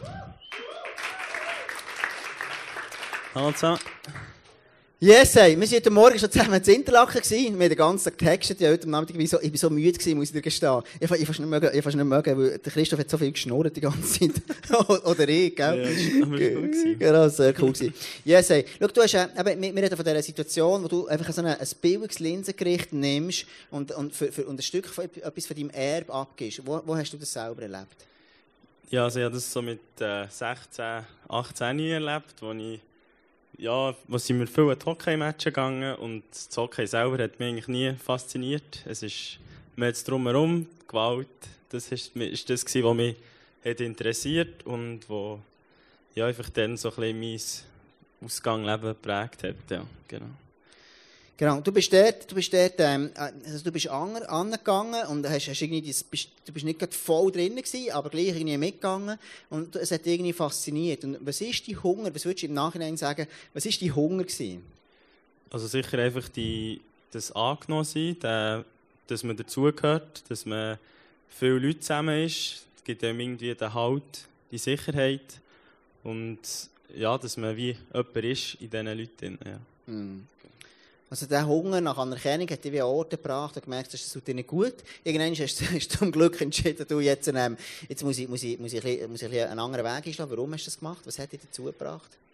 Hallo zusammen. Yes, hey. Wir waren heute Morgen schon zusammen in Interlaken. Wir haben den ganzen Tag getextet. Ja, heute Abend, ich war so, ich bin so müde gewesen, muss ich dir gestehen. Ich war fast nicht mögen, ich fast nicht mögen, weil der Christoph hat so viel geschnurrt die ganze Zeit. Oder ich, gell? Ja, das war gut gewesen. Genau, sehr cool gewesen. Yes, hey. Schau, du hast, äh, eben, wir reden von dieser Situation, wo du einfach so ein, ein billiges Linsengericht nimmst und, und, für, für, und ein Stück von etwas von deinem Erbe abgibst. Wo, wo hast du das selber erlebt? Ja, also ich habe das so mit äh, sechzehn, achtzehn erlebt, wo ich Ja, wo sind wir viel an Hockey-Matches gegangen und das Hockey selber hat mich eigentlich nie fasziniert. Es ist mir jetzt drumherum, Gewalt, das ist, ist das gewesen, was mich hat interessiert und wo ja, einfach dann so ein bisschen mein Ausgangleben geprägt hat. Ja, genau. Genau, du bist dort, du bist dort, ähm, also du bist an, angegangen und hast, hast irgendwie, das, bist, du bist nicht voll drin gewesen, aber gleich irgendwie mitgegangen und es hat dich irgendwie fasziniert. Und was ist dein Hunger, was würdest du im Nachhinein sagen, was ist dein Hunger gewesen? Also sicher einfach die, das angenommen sein, der, dass man dazugehört, dass man viele Leute zusammen ist, es gibt einem irgendwie den Halt, die Sicherheit und ja, dass man wie jemand ist in diesen Leuten. Ja. Mm. Also der Hunger nach Anerkennung hat dich wie an Orte gebracht und gemerkt, das tut dir nicht gut. Irgendwann hast du, hast du zum Glück entschieden, du jetzt, ähm, jetzt muss ich, muss ich, muss ich, muss ich einen anderen Weg einschlagen. Warum hast du das gemacht? Was hat dich dazu gebracht?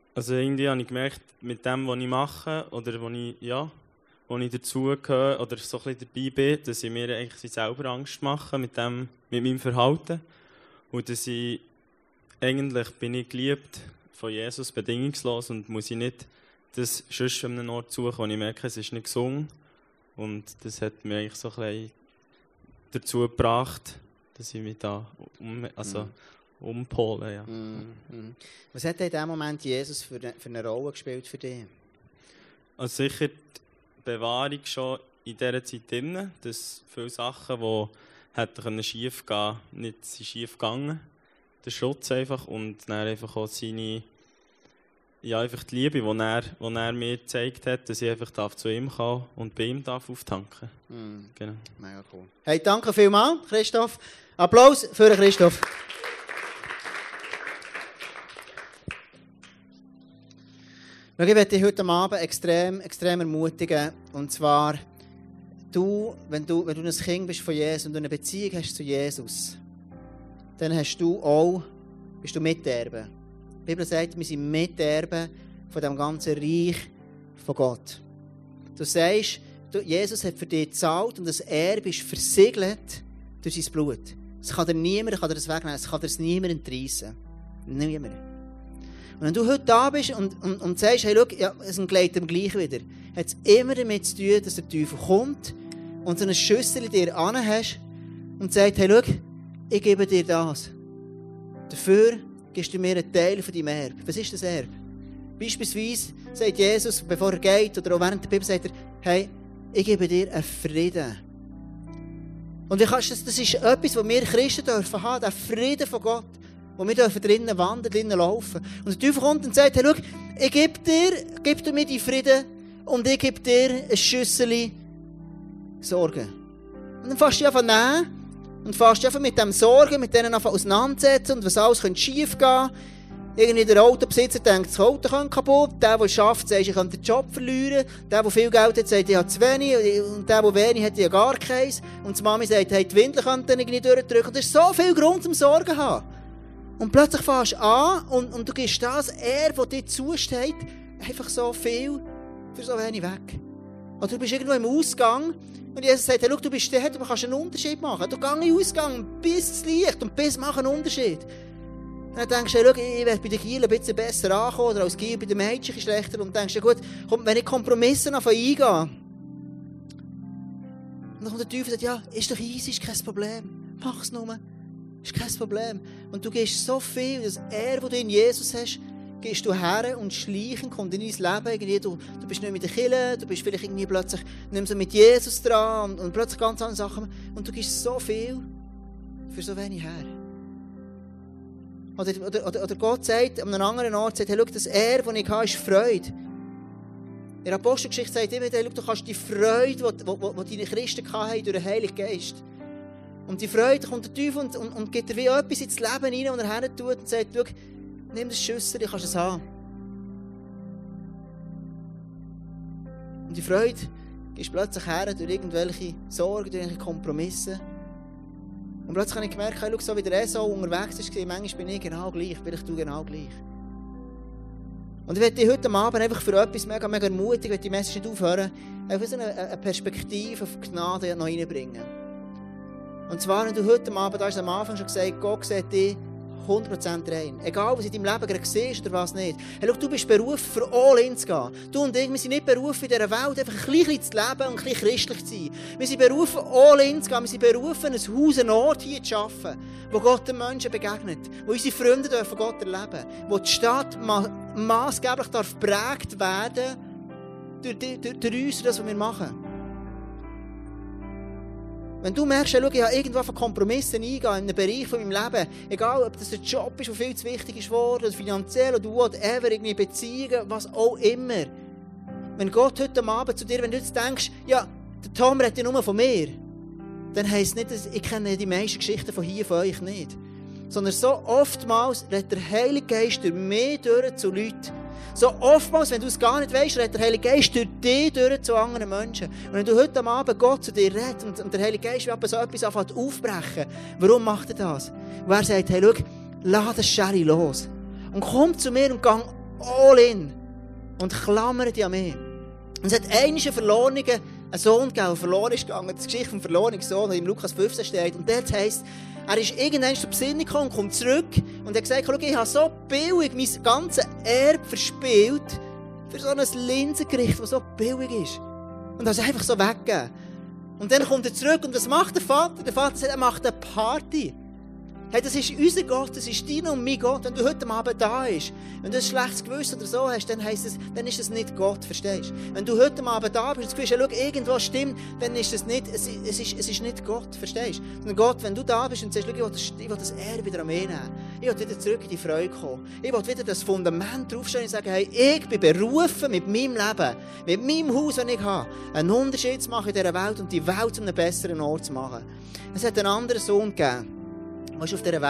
Also irgendwie habe ich gemerkt, mit dem, was ich mache oder wo ich, ja, wo ich dazugehöre oder so ein bisschen dabei bin, dass ich mir eigentlich selber Angst mache mit, dem, mit meinem Verhalten. Und dass ich, eigentlich bin ich geliebt von Jesus, bedingungslos, und muss ich nicht das sonst an einem Ort suchen, wo ich merke, es ist nicht gesungen. Und das hat mich eigentlich so ein bisschen dazu gebracht, dass ich mich da um, also mm. umpole. Ja. Mm, mm. Was hat in diesem Moment Jesus für eine, für eine Rolle gespielt für dich? Also sicher die Bewahrung schon in dieser Zeit drin, dass viele Sachen, die hätten schief gehen können, nicht schief gegangen. Der Schutz einfach und dann einfach auch seine, ja, einfach die Liebe, die er, die er mir gezeigt hat, dass ich einfach darf zu ihm kommen und bei ihm darf auftanken. Mm. Genau. Mega cool. Hey, danke vielmals, Christoph. Applaus für Christoph. Ich möchte dich heute Abend extrem, extrem ermutigen. Und zwar, du, wenn du, wenn du ein Kind bist von Jesus und du eine Beziehung hast zu Jesus, dann hast du auch, bist du Miterbe. Die Bibel sagt, wir sind Miterbe von dem ganzen Reich von Gott. Du sagst, du, Jesus hat für dich gezahlt und das Erbe ist versiegelt durch sein Blut. Es kann dir niemand kann dir das wegnehmen, es kann dir das niemand entreissen. Niemand. Und wenn du heute da bist und, und, und sagst, hey, schau, ja, es entgleitet ihm gleich wieder, hat es immer damit zu tun, dass der Teufel kommt und so eine Schüssel dir an hast und sagt, hey, schau, ich gebe dir das. Dafür gibst du mir einen Teil von deinem Erbe. Was ist das Erbe? Beispielsweise sagt Jesus, bevor er geht, oder auch während der Bibel, sagt er, hey, ich gebe dir einen Frieden. Und das, das ist etwas, was wir Christen dürfen haben, der Frieden von Gott, wo wir dürfen drinnen wandern, drinnen laufen. Und der Teufel kommt und sagt, hey, schau, ich gebe dir, gib du mir die Frieden und ich gebe dir ein Schüssel Sorgen. Und dann fährst du einfach nehmen und fährst einfach mit dem Sorgen, mit denen auseinandersetzen und was alles könnte schief gehen. Irgendwie der Autobesitzer denkt, das Auto kann kaputt. Der, der es schafft, sagt, ich kann den Job verlieren. Der, der viel Geld hat, sagt, ich habe zu wenig. Und der, der wenig hat, ich habe gar keins. Und die Mami sagt, hey, die Windel kann dann nicht durchdrücken. Und es ist so viel Grund zum Sorgen zu haben. Und plötzlich fährst du an und, und du gibst das, er, das dir zusteht, einfach so viel für so wenig weg. Oder du bist irgendwo im Ausgang und Jesus sagt, hey, schau, du bist der, du kannst einen Unterschied machen. Du gehst in den Ausgang bis das Licht und bis mach einen Unterschied. Und dann denkst du, hey, schau, ich werde bei den Kielen ein bisschen besser ankommen oder als Kiel bei den Mädchen schlechter. Und denkst du, gut, komm, wenn ich Kompromisse eingehe. Und dann kommt der Teufel und sagt, ja, ist doch easy, ist kein Problem. Mach es nur. Ist kein Problem. Und du gehst so viel, dass er, das du in Jesus hast, gehst du her und schleichend kommt in dein Leben. Irgendwie, du, du bist nicht mit der Kirche, du bist vielleicht irgendwie plötzlich nicht mehr so mit Jesus dran und, und plötzlich ganz andere Sachen. Und du gibst so viel für so wenig her. Oder, oder, oder, oder Gott sagt an einem anderen Ort, sagt, hey, schau, das Er, das ich habe, ist Freude. In der Apostelgeschichte sagt immer, hey, schau, du kannst die Freude, die, die deine Christen hatten, durch den Heiligen Geist. Und die Freude kommt der Teufel und, und, und gibt dir wie etwas ins Leben rein, und er her tut und sagt, schau, nimm das Schüssel, du kannst es haben. Und die Freude gehst plötzlich her durch irgendwelche Sorgen, durch irgendwelche Kompromisse. Und plötzlich habe ich gemerkt, hey, schau, so wie der Esau unterwegs war, manchmal bin ich genau gleich, vielleicht du genau gleich. Und ich möchte dich heute Abend einfach für etwas mega, mega ermutigen, ich möchte die Message nicht aufhören, einfach so eine, eine Perspektive auf Gnade noch reinbringen. Und zwar, wenn du heute Abend, da hast du am Anfang schon gesagt, Gott sieht dich hundert Prozent rein. Egal, was in deinem Leben gerade siehst oder was nicht. Hey, schau, du bist berufen, für all in zu gehen. Du und ich, wir sind nicht berufen, in dieser Welt einfach ein bisschen zu leben und ein bisschen christlich zu sein. Wir sind berufen, all in zu gehen. Wir sind berufen, ein Haus, einen Ort hier zu schaffen, wo Gott den Menschen begegnet, wo unsere Freunde dürfen Gott erleben, wo die Stadt ma- maßgeblich darf geprägt werden durch, durch, durch uns, das, was wir machen. Wenn du merkst, schau, ich habe irgendwo von Kompromissen eingehen in einem Bereich von meinem Leben, egal ob das ein Job ist, der viel zu wichtig ist worden, oder finanziell, oder whatever, irgendwie Beziehungen, was auch immer. Wenn Gott heute Abend zu dir, wenn du jetzt denkst, ja, der Tom redet ja nur von mir, dann heisst nicht, dass ich kenne die meisten Geschichten von hier, von euch nicht. Sondern so oftmals redet der Heilige Geist durch mich durch zu Leuten. So oftmals, wenn du es gar nicht weißt, redet der Heilige Geist durch dich durch zu anderen Menschen. Und wenn du heute Abend Gott zu dir redet und, und der Heilige Geist will so etwas anfangen aufbrechen, warum macht er das? Und er sagt, hey, schau, lass das Sherry los. Und komm zu mir und gang all in und klammere dich an mich. Und es hat einmal einen verlorenen Sohn gegeben, der verloren ist gegangen. Das ist die Geschichte vom verlorenen Sohn, die im Lukas fünfzehn steht. Und dort heisst, er ist irgendwann zur Besinnung gekommen und kommt zurück und hat gesagt, schau, ich habe so billig mein ganzes Erbe verspielt für so ein Linsengericht, das so billig ist. Und das ist einfach so weggegeben. Und dann kommt er zurück und was macht der Vater? Der Vater sagt, er macht eine Party. Hey, das ist unser Gott, das ist dein und mein Gott. Wenn du heute Abend da bist, wenn du ein schlechtes Gewissen oder so hast, dann heisst es, dann ist es nicht Gott, verstehst du? Wenn du heute Abend da bist und das Gefühl hast, ja, schau, irgendwas stimmt, dann ist es nicht, es, es, ist, es ist nicht Gott, verstehst du? Sondern Gott, wenn du da bist und sagst, schau, ich will das, ich will das Erbe wieder an mich nehmen. Ich will wieder zurück in die Freude kommen. Ich will wieder das Fundament draufstellen und sagen, hey, ich bin berufen mit meinem Leben, mit meinem Haus, das ich habe, einen Unterschied zu machen in dieser Welt und die Welt zu einem besseren Ort zu machen. Es hat einen anderen Sohn gegeben. Er war auf dieser Welt.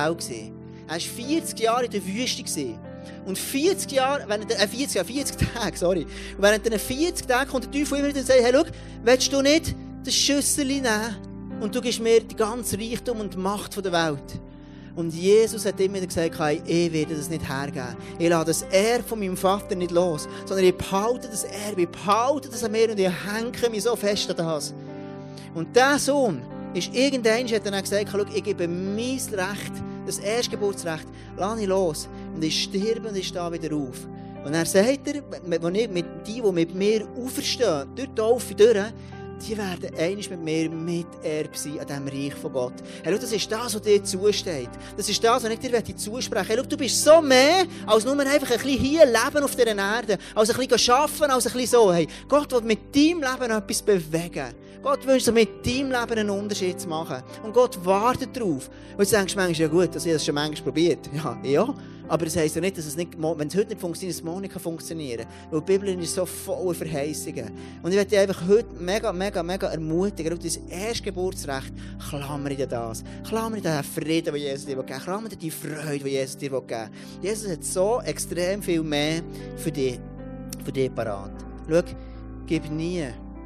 Er war vierzig Jahre in der Wüste. Und vierzig Jahre, während, äh, vierzig, ja, vierzig Tage, sorry. Und während diesen vierzig Tagen kommt der Teufel immer wieder und sagt, hey, schau, willst du nicht das Schüsselchen nehmen und du gibst mir die ganze Reichtum und die Macht der Welt? Und Jesus hat immer wieder gesagt, hey, ich werde das nicht hergeben. Ich lasse das Erbe von meinem Vater nicht los, sondern ich behalte das Erbe, ich behalte das an mir und ich hänge mich so fest an das. Und dieser Sohn, ist irgendwann hat er dann gesagt, schau, ich gebe mein Recht, das Erstgeburtsrecht, lasse ich los. Und ich sterbe und ich stehe wieder auf. Und dann sagt er, wenn ich, mit die, die mit mir auferstehen, durch die Taufe durch, die werden einmal mit mir Miterbe sein an diesem Reich von Gott. Hey, schau, das ist das, was dir zusteht. Das ist das, was ich dir zusprechen will. Hey, schau, du bist so mehr, als nur einfach ein bisschen hier leben auf dieser Erde, als ein bisschen arbeiten, als ein bisschen so. Hey, Gott will mit deinem Leben etwas bewegen. Gott wünscht sich mit deinem Leben einen Unterschied zu machen. Und Gott wartet darauf. Und du denkst manchmal, ja gut, dass ich das schon manchmal probiert. Ja, ja. Aber das heisst ja nicht, dass es nicht, wenn es heute nicht funktioniert, dass es morgen nicht funktionieren kann. Weil die Bibel ist so voller Verheißungen. Und ich möchte dich einfach heute mega, mega, mega ermutigen. Und dein Erstgeburtsrecht, klammere dir das. Klammere dir den Frieden, den Jesus dir geben will. Klammere dir die Freude, die Jesus dir geben will. Jesus hat so extrem viel mehr für dich, für dich parat. Schau, gib nie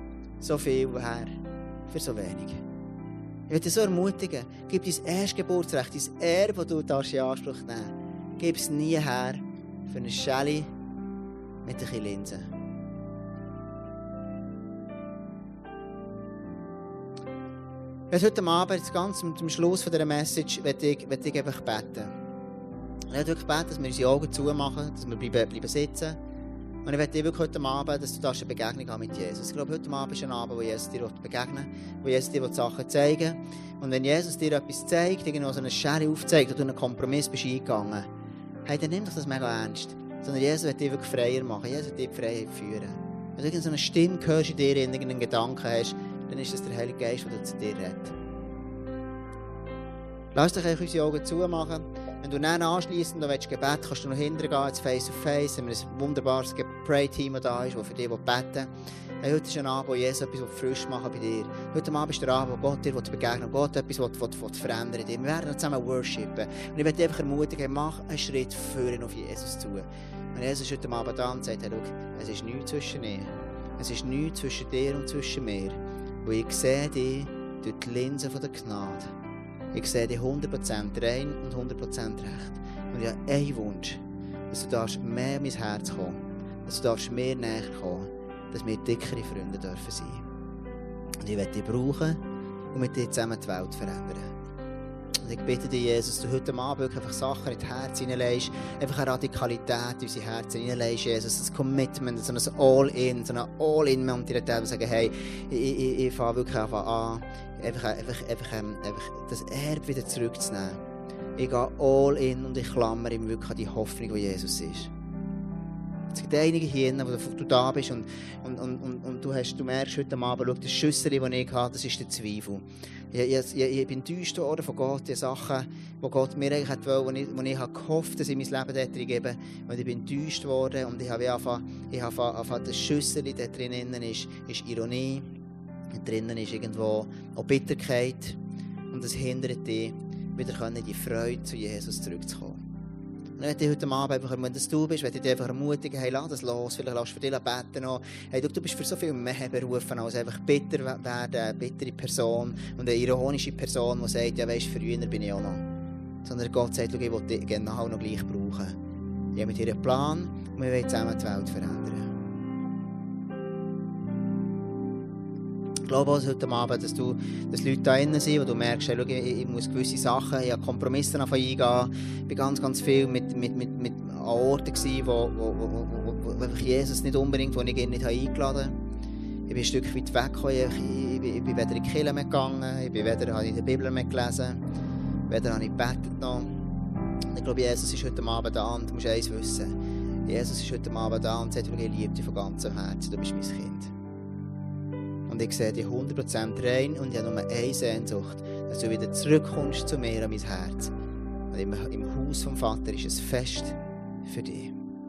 so viel her für so wenig. Ich möchte dich so ermutigen, gib dein Erstgeburtsrecht, dein Erbe, das du in Anspruch nehmen darfst. Gib es nie her für eine Schelle mit ein bisschen Linsen. Ich werde heute Abend, jetzt ganz zum Schluss dieser Message, werde ich, werde ich einfach beten. Ich werde wirklich beten, dass wir unsere Augen zumachen, dass wir bleiben, bleiben sitzen. Und ich möchte dir wirklich heute Abend, dass du eine Begegnung haben mit Jesus. Ich glaube, heute Abend ist ein Abend, wo Jesus dir begegnen will, wo Jesus dir Sachen zeigen will. Und wenn Jesus dir etwas zeigt, irgendwo so eine Schere aufzeigt, und du einen Kompromiss bist eingegangen, hey, dann nimm doch das mega ernst. Sondern Jesus wird dich wirklich freier machen. Jesus wird dich in die Freiheit führen. Wenn du irgendeine Stimme hörst in dir, irgendeinen Gedanken hast, dann ist das der Heilige Geist, der zu dir redet. Lass dich unsere Augen zumachen. Wenn du dann anschliessend noch Gebet willst, kannst du noch hinterher gehen, ins Face-to-Face. Wir haben ein wunderbares Pray-Team, das da ist, das für dich beten will. Hey, heute ist ein Abend, wo Jesus etwas frisch machen bei dir. Heute Abend ist der Abend, wo Gott dir begegnen will, Gott etwas will, will, will verändern in dir. Wir werden zusammen worshipen. Und ich möchte dich einfach ermutigen, mach einen Schritt vorne auf Jesus zu. Und Jesus ist heute Abend da und sagt, hey, schau, es ist nichts zwischen dir. Es ist nichts zwischen dir und zwischen mir. Weil ich sehe dich durch die Linse der Gnade. Ich sehe dich hundert Prozent rein und hundert Prozent recht. Und ich habe einen Wunsch, dass du darfst mehr in mein Herz kommen, dass du darfst mir näher kommen, dass wir dickere Freunde dürfen sein. Und ich werde dich brauchen und mit dir zusammen die Welt verändern. Und ich bitte dich, Jesus, dass du heute Abend wirklich einfach Sachen in das Herz hineinlegst, einfach eine Radikalität in unser Herz hineinlegst, Jesus, das Commitment, so ein All-In, so ein All-In-Mentalität, und sagen, hey, ich, ich, ich fange wirklich einfach an, einfach, einfach, einfach, einfach das Erbe wieder zurückzunehmen. Ich gehe All-In und ich klammere mich wirklich an die Hoffnung, die Jesus ist. Es gibt einige hier, wo du da bist und, und, und, und, und du, hast, du merkst heute Abend, schau, das Schüssel, das ich habe, das ist der Zweifel. Ich, ich, ich, ich bin enttäuscht worden von Gott, die Sachen, die Gott mir eigentlich hat wollen, wo ich, wo ich habe gehofft, dass ich mein Leben dort gebe. Und ich bin enttäuscht worden und ich habe einfach, ich habe einfach das Schüssel, das drinnen ist, ist Ironie. Und drinnen ist irgendwo auch Bitterkeit. Und das hindert dich, wieder in die Freude zu Jesus zurückzukommen. Und ich möchte heute Abend einfach, wenn das du bist, möchte ich dich einfach ermutigen, hey, lass das los, vielleicht lass du für dich beten noch. Hey, du, du bist für so viel mehr berufen, als einfach bitter werden, eine bittere Person und eine ironische Person, die sagt, ja weisst, früher bin ich auch noch. Sondern Gott sagt, ich will dich genau noch gleich brauchen. Die haben mit ihrem Plan und wir wollen zusammen die Welt verändern. Ich glaube auch heute Abend, dass, du, dass Leute da drin sind, wo du merkst, hey, schau, ich, ich muss gewisse Sachen, ich habe Kompromisse eingehen. Ich war ganz, ganz viel mit, mit, mit, mit an Orten gewesen, wo, wo, wo, wo, wo Jesus nicht unbedingt, wo ich ihn nicht eingeladen habe. Ich bin ein Stück weit weggekommen, ich, ich, ich bin weder in die Kirche mehr gegangen, ich bin weder habe ich die Bibel mehr gelesen, weder habe ich gebetet noch. Und ich glaube, Jesus ist heute Abend da und du musst eins wissen. Jesus ist heute Abend da und sagt, ich liebe dich von ganzem Herzen, du bist mein Kind. Und ich sehe dich hundert Prozent rein und ich habe nur eine Sehnsucht, dass du wieder zurückkommst zu mir an mein Herz. Und im, im Haus vom Vater ist es Fest für dich.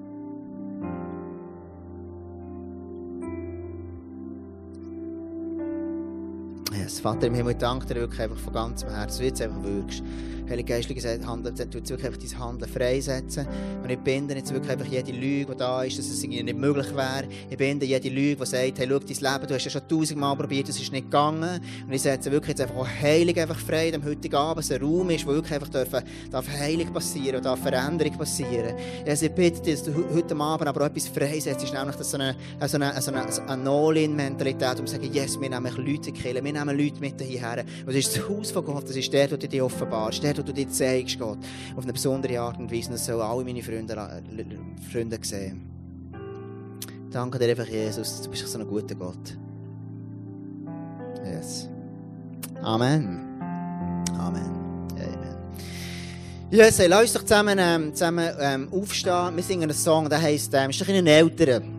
Yes, Vater im Himmel, ich danke dir wirklich einfach von ganzem Herzen, wie du es einfach wirkst. Heilige Geist, gesagt, Handeln, du jetzt wirklich einfach dein Handeln freisetzen. Und ich binde jetzt wirklich einfach jede Lüge, die da ist, dass es irgendwie nicht möglich wäre. Ich binde jede Lüge, die sagt, hey, schau, dein Leben, du hast ja schon tausendmal probiert, es ist nicht gegangen. Und ich setze wirklich jetzt einfach auch Heilung einfach frei, am heutigen Abend ein Raum ist, wo wirklich einfach darf, darf Heilung passieren, darf Veränderung passieren. Also ich bitte dich, dass du heute Abend aber auch etwas freisetzt, nämlich dass so eine, so eine, so eine, so eine All-in-Mentalität, um zu sagen, yes, wir nehmen Leute killen, wir nehmen Leute mit hierher. Und das ist das Haus von Gott, das ist der, der dir offenbarst, der, der du dir zeigst, Gott, auf eine besondere Art und Weise. Das sollen alle meine Freunde, Freunde sehen. Danke dir einfach, Jesus, du bist so ein guter Gott. Yes. Amen. Amen. Amen. Yes, hey, lass uns doch zusammen, ähm, zusammen ähm, aufstehen. Wir singen einen Song, der heisst, ähm, ist doch ein älterer.